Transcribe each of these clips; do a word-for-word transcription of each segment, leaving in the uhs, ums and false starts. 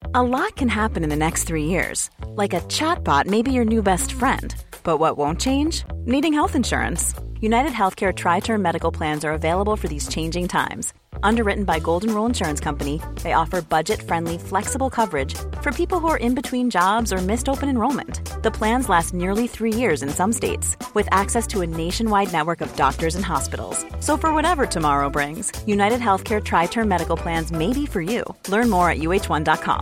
A lot can happen in the next three years. Like a chatbot may be your new best friend. But what won't change? Needing health insurance. United Healthcare Tri-Term Medical Plans are available for these changing times. Underwritten by Golden Rule Insurance Company, they offer budget-friendly, flexible coverage for people who are in between jobs or missed open enrollment. The plans last nearly three years in some states, with access to a nationwide network of doctors and hospitals. So for whatever tomorrow brings, United Healthcare Tri-Term Medical Plans may be for you. Learn more at U H one dot com.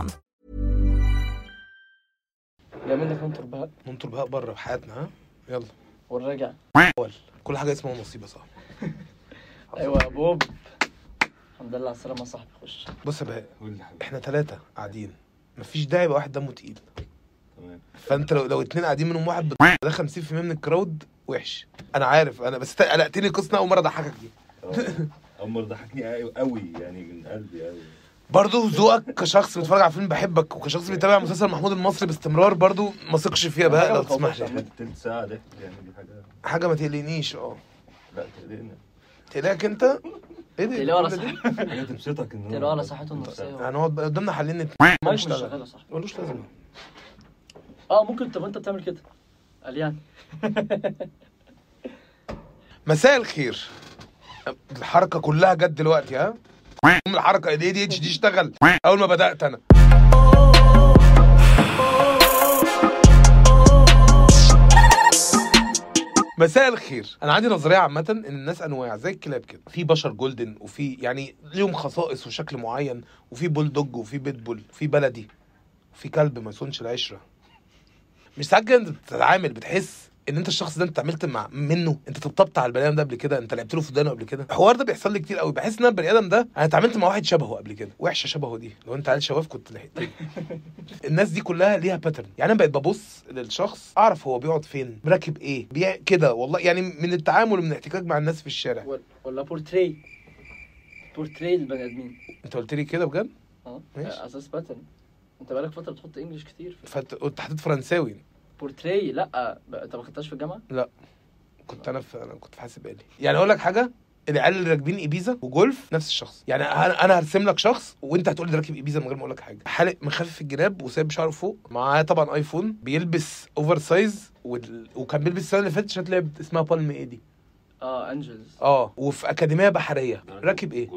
يا منك ننطر بقى ننطر بقى بره في حياتنا. ها يلا والرجع اول كل حاجه اسمها نصيبه صح. ايوه يا بوب الحمد لله على السلامه يا صاحبي. خش بص يا بهاء احنا ثلاثه قاعدين مفيش داعي يبقى واحد دمه تقيل تمام. فانت لو لو اتنين قاعدين منهم واحد ده خمسين في المية من الكراود وحش. انا عارف انا بس قلقتني قصنا اول مره ضحكك دي. اول مره ضحكني قوي يعني من قلبي قوي. برضو ذوقك كشخص بيتفرج على فيلم بحبك وكشخص بيتابع مسلسل محمود المصري باستمرار برضو ما ثقش فيها بقى لو تسمح لي. تلت ساعه ده يعني دي حاجه حاجه ما تقلقنيش. اه لا تقلقني. تقلقك انت ايه ده؟ تقلقوا على صحته. حاجه تبسطك ان تقلقوا على صحته النفسيه. هنقعد بقى قدامنا حلين ما يشتغل صح ملوش لازمه. اه ممكن تبقى انت بتعمل كده قال يعني. مساء الخير. الحركه كلها جت دلوقتي. ها الحركه دي دي اتش دي اشتغل اول ما بدات انا. مساء الخير. انا عندي نظريه عامه ان الناس انواع زي الكلاب كده، في بشر جولدن وفي يعني ليهم خصائص وشكل معين، وفي بولدوج وفي بيتبول وفي بلدي وفي كلب ما يصونش العشره. مش ساعات كده انت بتتعامل بتحس ان انت الشخص ده انت عملت مع منه، انت طبطبت على البني ادم ده قبل كده، انت لعبت له في ودانه قبل كده. الحوار ده بيحصل لي كتير قوي، بحس ان البني ادم ده انا اتعاملت مع واحد شبهه قبل كده. وحشه شبهه دي لو انت عيل شواف كنت لحقت. الناس دي كلها ليها باترن. يعني انا بقيت ببص للشخص اعرف هو بيقعد فين، راكب ايه، بيع كده والله. يعني من التعامل ومن الاحتكاك مع الناس في الشارع. ولا بورتري بورتري البني ادمين. انت قلت لي كده بجد؟ اه اساس باترن. انت بقالك فتره بتحط انجلش كتير. فانت حطيت فرنساوي. بورتري لا انت ما خدتهاش في الجامعه؟ لا كنت انا في انا كنت في حاسب آلي. يعني اقول لك حاجه، العيال اللي راكبين ايبيزا وجولف نفس الشخص. يعني انا هرسم لك شخص وانت هتقول لي راكب ايبيزا من غير ما اقول لك حاجه. حالق مخفف الجناب وسايب شعره فوق، معاه طبعا ايفون، بيلبس اوفر سايز وال... وكان بيلبس السنه اللي فاتت شات لعب اسمها بالم ايه دي اه انجلز. اه وفي اكاديميه بحريه. راكب ايه؟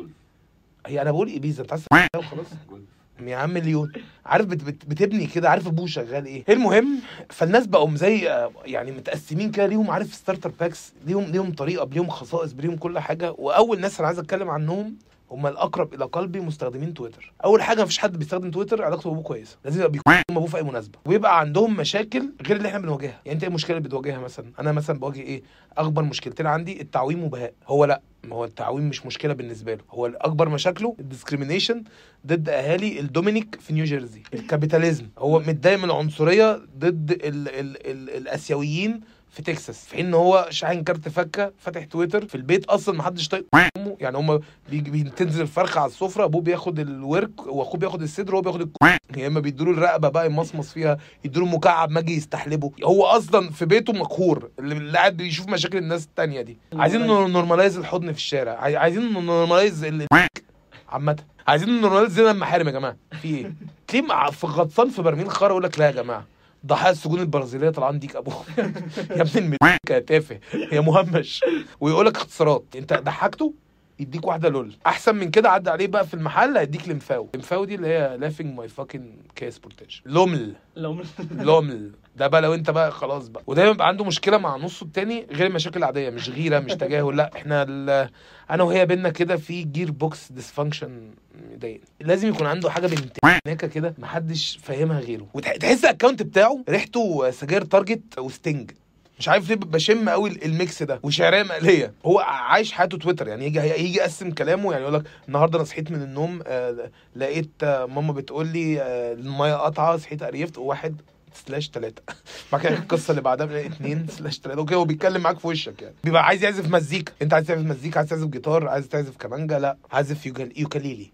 هي انا بقول ايبيزا انت عايز خلاص يا عم مليون. عارف بت بت بتبني كده، عارف ابوه شغال ايه. المهم فالناس بقوا زي يعني متقسمين كده ليهم، عارف ستارتر باكس، ليهم ليهم طريقه، ليهم خصائص، ليهم كل حاجه. واول ناس انا عايز اتكلم عنهم هم الاقرب الى قلبي مستخدمين تويتر. اول حاجه مفيش حد بيستخدم تويتر علاقته بابوه كويسه، لازم يبقى بيكون ابوه في اي مناسبه، ويبقى عندهم مشاكل غير اللي احنا بنواجهها. يعني انت ايه المشكله اللي بتواجهها مثلا؟ انا مثلا بواجه ايه؟ اكبر مشكلتين عندي التعويم وبهاء. هو لا، ما هو التعويم مش مشكله بالنسبه له، هو اكبر مشاكله الديسكريمينيشن ضد اهالي الدومينيك في نيوجيرسي. الكابيتاليزم، هو متضايق من العنصريه ضد ال ال ال الاسيويين في تكساس، في حين ان هو شاحن كارت فكه فاتح تويتر في البيت اصلا ما حدش طايق امه. يعني هم بتنزل الفرخه على السفره، ابوه بياخد الورك واخوه بياخد الصدر وهو بياخد الك... يا اما بيدوا له الرقبه بقى يمصمص فيها، يدوا له مكعب ماجي يستحلبه. هو اصلا في بيته مقهور، اللي قاعد بيشوف مشاكل الناس التانية دي. عايزين نورماليز الحضن في الشارع، عايزين نورماليز ال... عامه عايزين نورماليز زي المحارم. يا جماعه في ايه؟ تلاقيه في غطسان في برميل خرا يقول لك لا يا جماعه ضحايا السجون البرازيليه طلعان ديك ابوه. يا ابن المدينه يا تافه يا مهمش. ويقول لك اختصارات، انت ضحكته يديك واحده لول. احسن من كده عدى عليه بقى في المحل هيديك لمفاو. لمفاو دي اللي هي لافينج ماي فاكينج كيس بورتاج. لومل لومل لومل ده بقى لو انت بقى خلاص بقى. ودايما بقى عنده مشكله مع نصه التاني غير المشاكل العاديه، مش غيره مش تجاهل، لا احنا انا وهي بينا كده في جير بوكس ديسفانكشن مضايقني. لازم يكون عنده حاجه بنت هناك كده محدش فاهمها غيره، وتحس الاكونت بتاعه ريحته سجاير تارجت وستينج. مش عارف ليه بشم قوي الميكس ده، وشعريه مقليه. هو عايش حياته تويتر. يعني يجي يجي يقسم كلامه، يعني يقول لك النهارده انا صحيت من النوم آه لقيت آه ماما بتقول لي آه الميه قطعه، صحيت قريفت واحد سلاش تلاتة. بعد كده القصه اللي بعدها بلاقي اتنين سلاش تلاتة. اوكي هو بيتكلم معاك في وشك. يعني بيبقى عايز يعزف مزيكا، انت عايز تعزف مزيكا، عايز تعزف جيتار، عايز تعزف كمانجا، لا عازف يوكاليلي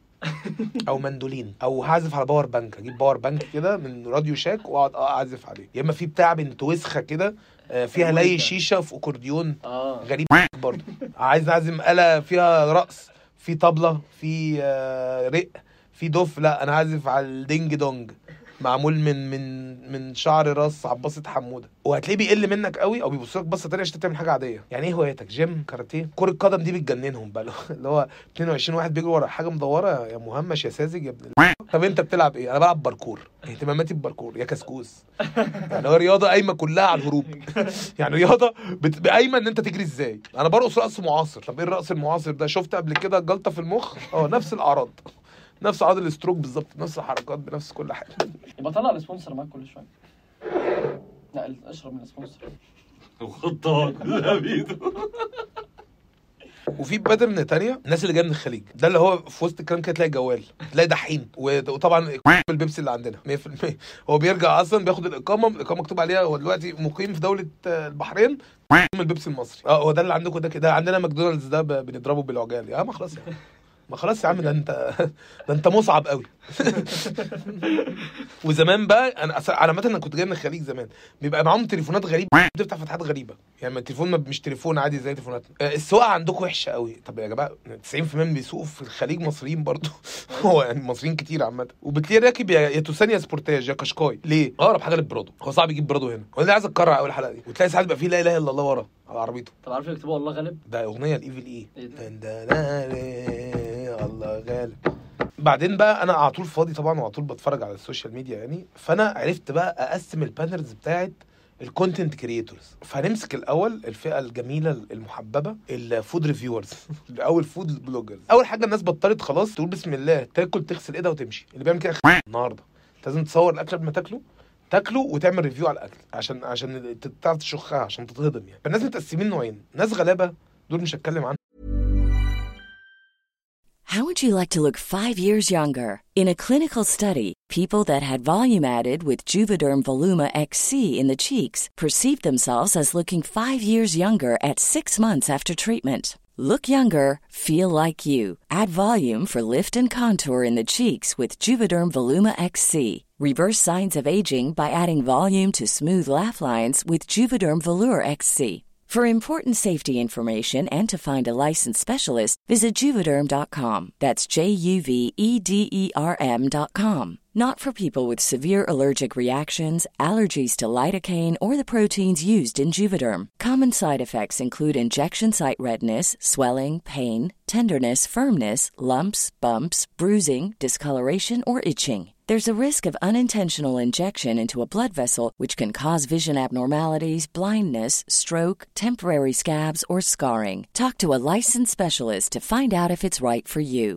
او مندولين، او هعزف على باور بانك. اجيب باور بانك كده من راديو شاك واقعد اعزف عليه. يا اما في بتاع بنت وسخه كده فيها لي شيشه في اكورديون آه. غريب برضه. عايز نعزم آلة فيها رقص، في طبلة، في رق، في دوف لا انا عازف على الدينج دونج معمول من من من شعر راس عباسة حموده، وهتلاقيه بيقل منك قوي او بيبص لك بصه تانيه عشان تعمل حاجه عاديه. يعني ايه هوايتك؟ جيم، كاراتيه، كره قدم دي بتجننهم بقى اللي هو اتنين وعشرين واحد بيجروا ورا حاجه مدوره يا مهمش يا ساذج يا ابن. طب انت بتلعب ايه؟ انا بلعب باركور، اهتماماتي بباركور يا كسكوس. يعني هو رياضه قايمه كلها على الهروب. يعني رياضه بت... قايمه ان انت تجري ازاي. انا برقص رقص معاصر. طب ايه الرقص المعاصر ده؟ شفت قبل كده جلطه في المخ؟ اه نفس الاعراض، نفس عضل الاستروك بالظبط، نفس الحركات بنفس كل حاجه. يبقى طلع السبونسر معاك كل شويه. لا اشرب من السبونسر وخطها كلها بيده. وفي باترن تانية الناس اللي جايه من الخليج، ده اللي هو في وسط الكلام كده تلاقي جوال، تلاقي دحين، وطبعا البيبسي اللي عندنا مية في المية. هو بيرجع اصلا بياخد الاقامه، الاقامه مكتوب عليها هو دلوقتي مقيم في دوله البحرين، البيبسي المصري. اه هو ده اللي عندكم ده كده. عندنا ماكدونالدز ده بنضربه بالعجال. يا ما خلاص يعني، ما خلاص يا عم ده انت ده انت مصعب قوي. وزمان بقى انا على متى انا كنت جاي من الخليج زمان بيبقى معاهم تليفونات غريبه، بتفتح فتحات غريبه. يعني التليفون مش تليفون عادي زي تليفوناتنا. السواقه عندكم وحشه قوي. طب يا جماعه تسعين في المية بيسوقوا في الخليج مصريين برضو. هو يعني مصريين كتير عامه. وبتلاقي راكب يا توسان يا سبورتاج يا كشكاي. ليه؟ اقرب حاجه للبرادو. هو صعب يجيب برادو هنا. هو اللي عايز اتكرع اول حلقه دي. وتلاقي ساعات بيبقى فيه لا اله الا الله ورا على عربيته. طب عارف يكتبوا والله غالب؟ ده اغنيه الايفل ايه؟ الله غالب. بعدين بقى انا على طول فاضي طبعا وعلى طول بتفرج على السوشيال ميديا يعني، فانا عرفت بقى اقسم البانرز بتاعت الكونتنت كرييتورز. فنمسك الاول الفئه الجميله المحببه الفود ريفيورز. اول فود بلوجرز. اول حاجه الناس بطلت خلاص تقول بسم الله، تاكل تغسل ايدها وتمشي. اللي بيعمل كده النهارده لازم تصور الاكل قبل ما تاكله تاكله وتعمل ريفيو على الاكل عشان عشان تعرف تشخها عشان تتهضم يعني. فالناس متقسمين نوعين، ناس غلابه دول مش هتكلم عنهم. How would you like to look five years younger? In a clinical study, people that had volume added with Juvederm Voluma X C in the cheeks perceived themselves as looking five years younger at six months after treatment. Look younger, feel like you. Add volume for lift and contour in the cheeks with Juvederm Voluma X C. Reverse signs of aging by adding volume to smooth laugh lines with Juvederm Volure X C. For important safety information and to find a licensed specialist, visit Juvederm dot com. That's J U V E D E R M dot com. Not for people with severe allergic reactions, allergies to lidocaine, or the proteins used in Juvederm. Common side effects include injection site redness, swelling, pain, tenderness, firmness, lumps, bumps, bruising, discoloration, or itching. There's a risk of unintentional injection into a blood vessel, which can cause vision abnormalities, blindness, stroke, temporary scabs, or scarring. Talk to a licensed specialist to find out if it's right for you.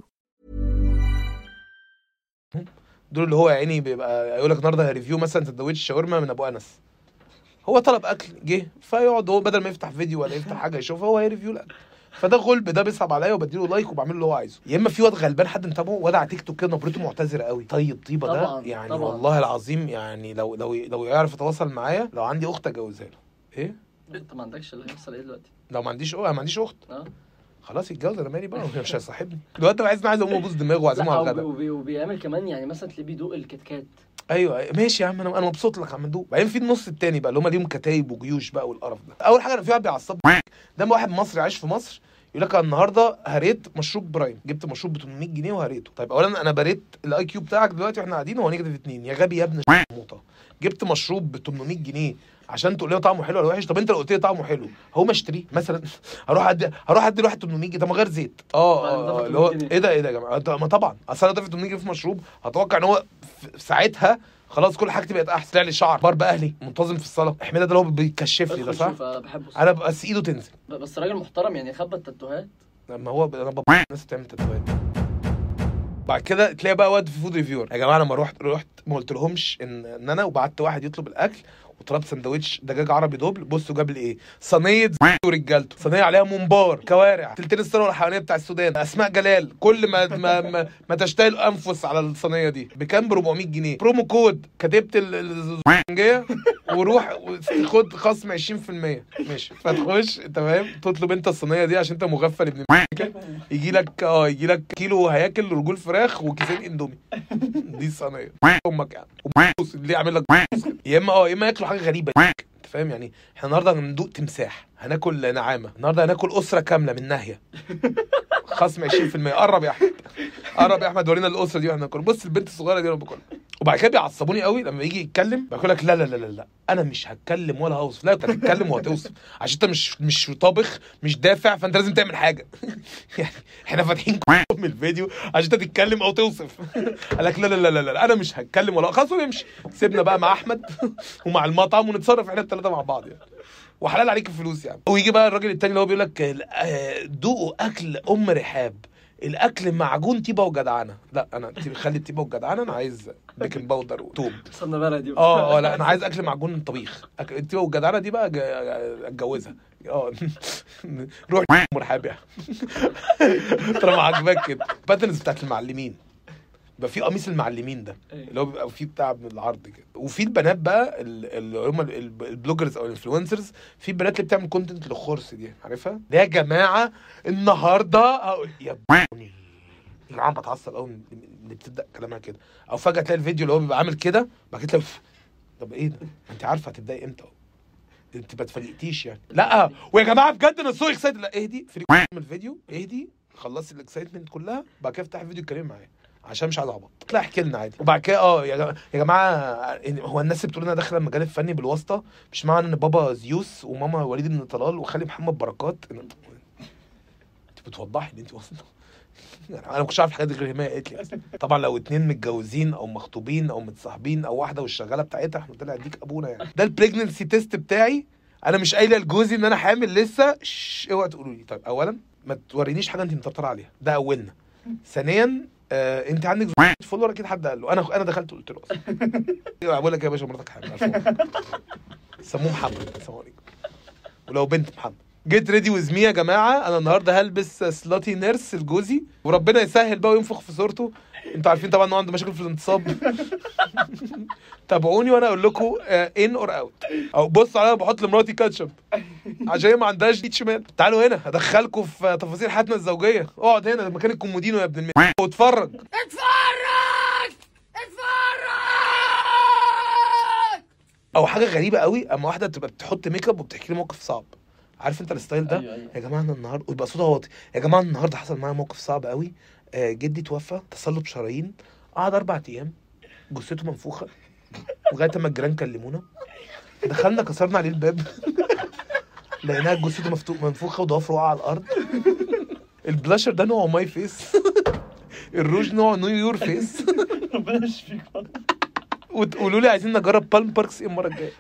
دول اللي هو يعني بيبقى يقول لك النهارده ريفيو مثلا سندوتش شاورما من ابو انس. هو طلب اكل جه فيقعد هو بدل ما يفتح فيديو ولا يفتح حاجه يشوفها هو هيريفيو الاكل. فده غلب، ده بيصعب عليا وبديله لايك وبعمل له اللي هو عايزه. يا اما في واد غلبان حد متابعه واد على تيك توك كده نبرته معتذره قوي، طيب طيبه ده يعني طبعًا. والله العظيم يعني لو لو لو يعرف يتواصل معايا، لو عندي اخت اجوزها له. ايه انت ما عندكش اللي هيحصل ايه دلوقتي؟ لو ما عنديش اخت ما عنديش اخت اه خلاص يتجوز. انا مالي بقى مش هيصاحبني الواد ده. عايز عايز اقوم ابوظ دماغه وعازمه على الغدا. وبيعمل كمان يعني مثلا تلاقيه بيدوق الكتكات. ايوه ماشي يا عم انا انا مبسوط لك عم ندوق. بعدين في النص التاني بقى اللي هم ليهم كتايب وجيوش بقى والقرف ده. اول حاجه انا في واحد بيعصب ده واحد مصري عايش في مصر يقول لك النهارده هريت مشروب برايم، جبت مشروب ب ثمانمية جنيه وهريته. طيب اولا انا بريت الاي كيو بتاعك دلوقتي واحنا قاعدين هو نيجاتيف اتنين يا غبي يا ابن الشموطه. جبت مشروب ب ثمانمية جنيه عشان تقول لي طعمه حلو ولا وحش؟ طب انت لو قلت لي طعمه حلو هقوم اشتريه مثلا. هروح ادي هروح ادي لواحد ثمانمية جنيه ده من غير زيت. اه اللي هو ايه ده ايه ده يا جماعه؟ ما طبعا اصل انا دافع ثمانمية جنيه في مشروب هتوقع ان هو في ساعتها خلاص كل حاجتي بقت احسن. طلع لي شعر بار باهلي منتظم في الصلاه. حميده ده اللي هو بيكشف لي ده صح؟ انا بس ايده تنزل بس راجل محترم يعني خبط تاتوهات. لما هو انا بابا الناس تعمل تاتوهات. بعد كده تلاقي بقى واد في فود ريفيور يا جماعه لما رحت رحت ما قلت لهمش ان ان انا وبعت واحد يطلب الاكل وطلبت سندوتش دجاج عربي دوبل. بصوا جاب لي ايه؟ صينيه ورجالته، صينيه عليها ممبار كوارع تلتين الثروه الحيوانيه بتاع السودان اسماء جلال كل ما ما ما, ما تشتهي الانفس على الصينيه دي بكام؟ ب اربعمية جنيه. برومو كود كتبت الزنجيه وروح خد خصم عشرين في المية ماشي. فتخش تمام تطلب انت الصينيه دي عشان انت مغفل ابن يجي لك اه يجي لك كيلو هياكل رجول فراخ وكيسين اندومي. دي صينيه امك يعني وبوس اللي يعمل لك يا اما اه يا اما ياكلوا حاجه غريبه. انت فاهم يعني احنا النهارده هندوق تمساح، هناكل نعامه، النهارده هناكل اسره كامله من ناهيه. خصم عشرين في المية. قرب يا احمد قرب يا احمد ورينا الاسره دي واحنا بناكل. بص البنت الصغيره دي انا باكلها. وبعد كده بيعصبوني قوي لما يجي يتكلم، بقول لك لا لا لا لا لا انا مش هتكلم ولا هوصف. لا انت هتتكلم وهتوصف عشان انت مش مش طابخ مش دافع، فانت لازم تعمل حاجه. يعني احنا فاتحين من الفيديو عشان انت تتكلم او توصف. قال لك لا لا لا لا انا مش هتكلم ولا خلاص ونمشي. سيبنا بقى مع احمد ومع المطعم ونتصرف احنا الثلاثه مع بعض يعني، وحلال عليك الفلوس يعني. ويجي بقى الراجل التاني اللي هو بيقول لك دوقوا اكل ام رحاب، الاكل معجون طيبه وجدعنه. لا انا خلي الطيبه والجدعنه، انا عايز بيكنج باودر وتوم صرنا بلدي. اه اه لا انا عايز اكل معجون طبيخ. الطيبه والجدعنه دي بقى اتجوزها اه. روح مرحب يا طالما عاجباك كده. باترنز بتاعت المعلمين، بيبقى في قميص المعلمين ده اللي هو بيبقى فيه بتاع من العرض كده. وفي البنات بقى اللي هم البلوجرز او الانفلونسرز، في بنات اللي بتعمل كونتنت للخرس دي، عارفها؟ يا جماعه النهارده يا بني يا جماعه بتعصب قوي اللي بتبدا كلامها كده، او فجاه تلاقي الفيديو اللي هو بيبقى عامل كده بعد كده طب ايه ده؟ انت عارفه هتبداي امتى؟ انت ما تفلقتيش يعني. لا ويا جماعه بجد انا سو اكسايتد. لا اهدي في الفيديو، اهدي خلصي الاكسايتمنت كلها، بعد كده افتحي الفيديو اتكلمي معايا عشان مش عايز اعبط. لا احكي لنا عادي. وبعد كده اه يا جماعه يا جماعه هو الناس اللي بتقول انا داخله المجال الفني بالواسطه، مش معنى ان بابا زيوس وماما وليد بن طلال وخالي محمد بركات انت بتوضحي ان انت واسطه. انا ما كنتش عارف الحاجات دي غير ما قالت لي. طبعا لو اتنين متجوزين او مخطوبين او متصاحبين او واحده والشغاله بتاعتها، احنا طلع اديك ابونا يعني. ده البريجننسي تيست بتاعي. انا مش قايله لجوزي ان انا حامل لسه، اوعى تقولوا لي. طيب اولا ما تورينيش حاجه انت مطرطره عليها، ده اولنا. ثانيا آه، انت عندك فولور اكيد حد قال له. انا انا دخلت قلت له اصلا بقول لك يا باشا مراتك حامل. سموه محمد، السلام عليكم. ولو بنت محمد. جيت ريدي ويز مي يا جماعه. انا النهارده هلبس سلاتي نيرس لجوزي، وربنا يسهل بقى وينفخ في صورته. انتوا عارفين طبعا انه عنده مشاكل في الانتصاب. تابعوني وانا اقول لكم ان اور اوت. او بصوا عليا بحط لمراتي كاتشب عشان هي ما عندهاش ايد شمال. تعالوا هنا هدخلكم في تفاصيل حياتنا الزوجيه. اقعد هنا مكان الكومودينو يا ابن المي واتفرج اتفرج اتفرج. او حاجه غريبه قوي اما واحده تبقى بتحط ميك اب وبتحكي لي موقف صعب. عارف انت الستايل ده؟ أيوة أيوة. يا جماعه انا النهارده ويبقى صوتها واطي. يا جماعه النهارده حصل معايا موقف صعب قوي. آه جدي توفى تصلب شرايين، قعد اربع ايام جثته منفوخه لغايه اما الجيران كلمونا. دخلنا كسرنا عليه الباب لقيناها جثته منفوخه وضوافره واقعه على الارض. البلاشر ده نوعه ماي فيس، الروج نوعه نيو يور فيس. ربنا يشفيك. وتقولوا لي عايزين نجرب بالم باركس ايه المره الجايه.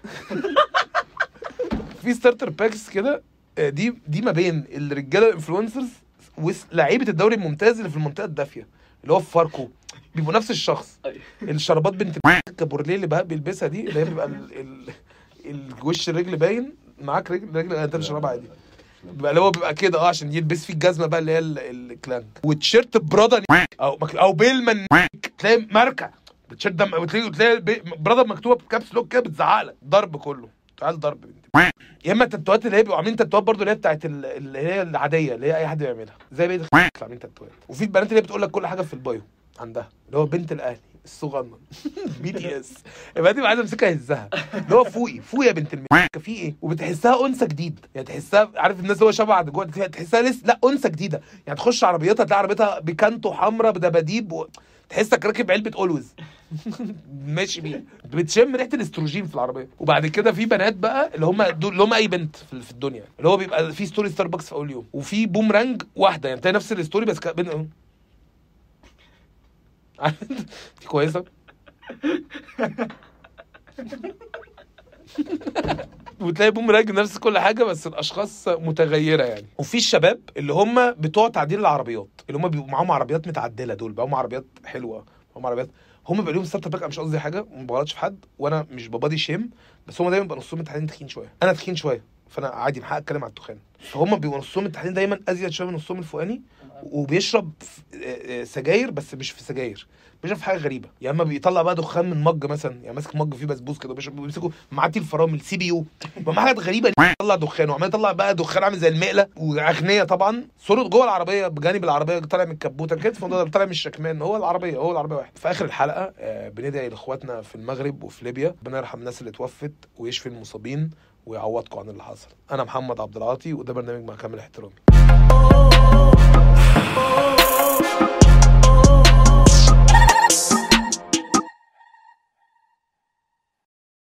في ستارتر باكس كده، دي دي ما بين الرجاله الانفلونسرز ولاعيبه الدوري الممتاز اللي في المنطقه الدافيه اللي هو في فاركو، بيبقوا نفس الشخص. الشرابات بنت الكابورليه اللي بقى بيلبسها دي اللي هي بيبقى الوش الرجل باين معاك رجل رجل انت شراب عادي بيبقى اللي هو بيبقى كده اه عشان يلبس فيه الجزمه بقى اللي هي الكلانك. وتيشيرت برادا او او بيلمان تلاقي ماركه التيشيرت ده، وتلاقي تلاقي برادا مكتوبه بكابس لوك كده بتزعق لك ضرب كله. تعال ضرب بنت. يا اما التاتوات اللي هي بيبقوا عاملين تاتوات برضه اللي هي بتاعت اللي هي العاديه اللي هي اي حد بيعملها زي بقيه عاملين تاتوات. وفي البنات اللي هي بتقول لك كل حاجه في البايو عندها اللي هو بنت الاهلي الصغنن بي تي اس. يبقى دي عايزه امسكها اهزها اللي هو فوقي فوقي يا بنت المكه في ايه. وبتحسها انثى جديد يعني، تحسها عارف الناس اللي هو شبه جوه تحسها لسه لا انثى جديده يعني. تخش عربيتها تلاقي عربيتها بكانتو حمراء بدباديب و... تحسك راكب علبه اولويز ماشي بيها، بتشم ريحه الاستروجين في العربيه. وبعد كده في بنات بقى اللي هم دول اللي هم اي بنت في الدنيا اللي هو بيبقى في ستوري ستاربكس في اول يوم وفي بومرانج واحده يعني تلاقي نفس الستوري بس بين دي كويسه. وتلاقي بومرانج نفس كل حاجه بس الاشخاص متغيره يعني. وفي الشباب اللي هم بتوع تعديل العربيات اللي هم بيبقوا معاهم عربيات متعدله، دول بقوا عربيات حلوه هم عربيات هم بيبقى لهم ستارت اب. مش قصدي حاجه وما بغلطش في حد وانا مش ببادي شيم، بس هم دايما بيبقى نصهم التحليل تخين شويه. انا تخين شويه فانا عادي محقق اتكلم على التخان، فهم بيبقوا نصهم التحليل دايما ازيد شويه من نصهم الفوقاني. وبيشرب سجاير بس مش في سجاير، بيشرب في حاجه غريبه. يا اما بيطلع بقى دخان من مج مثلا يعني ماسك مج فيه بسبوس كده بيشرب، بيمسكوا معاتي الفرامل سي بي يو بقى حاجات غريبه يطلع دخان وعمال يطلع بقى دخان عامل زي المقله. واغنيه طبعا صوره جوه العربيه بجانب العربيه طالع من الكبوته كده في الموضوع ده طالع من الشكمان. هو العربيه هو العربيه واحد. في اخر الحلقه آه بندعي لاخواتنا في المغرب وفي ليبيا ربنا يرحم الناس اللي توفت ويشفي المصابين ويعوضكم عن اللي حصل. انا محمد عبد العاطي وده برنامج مع كامل احترامي.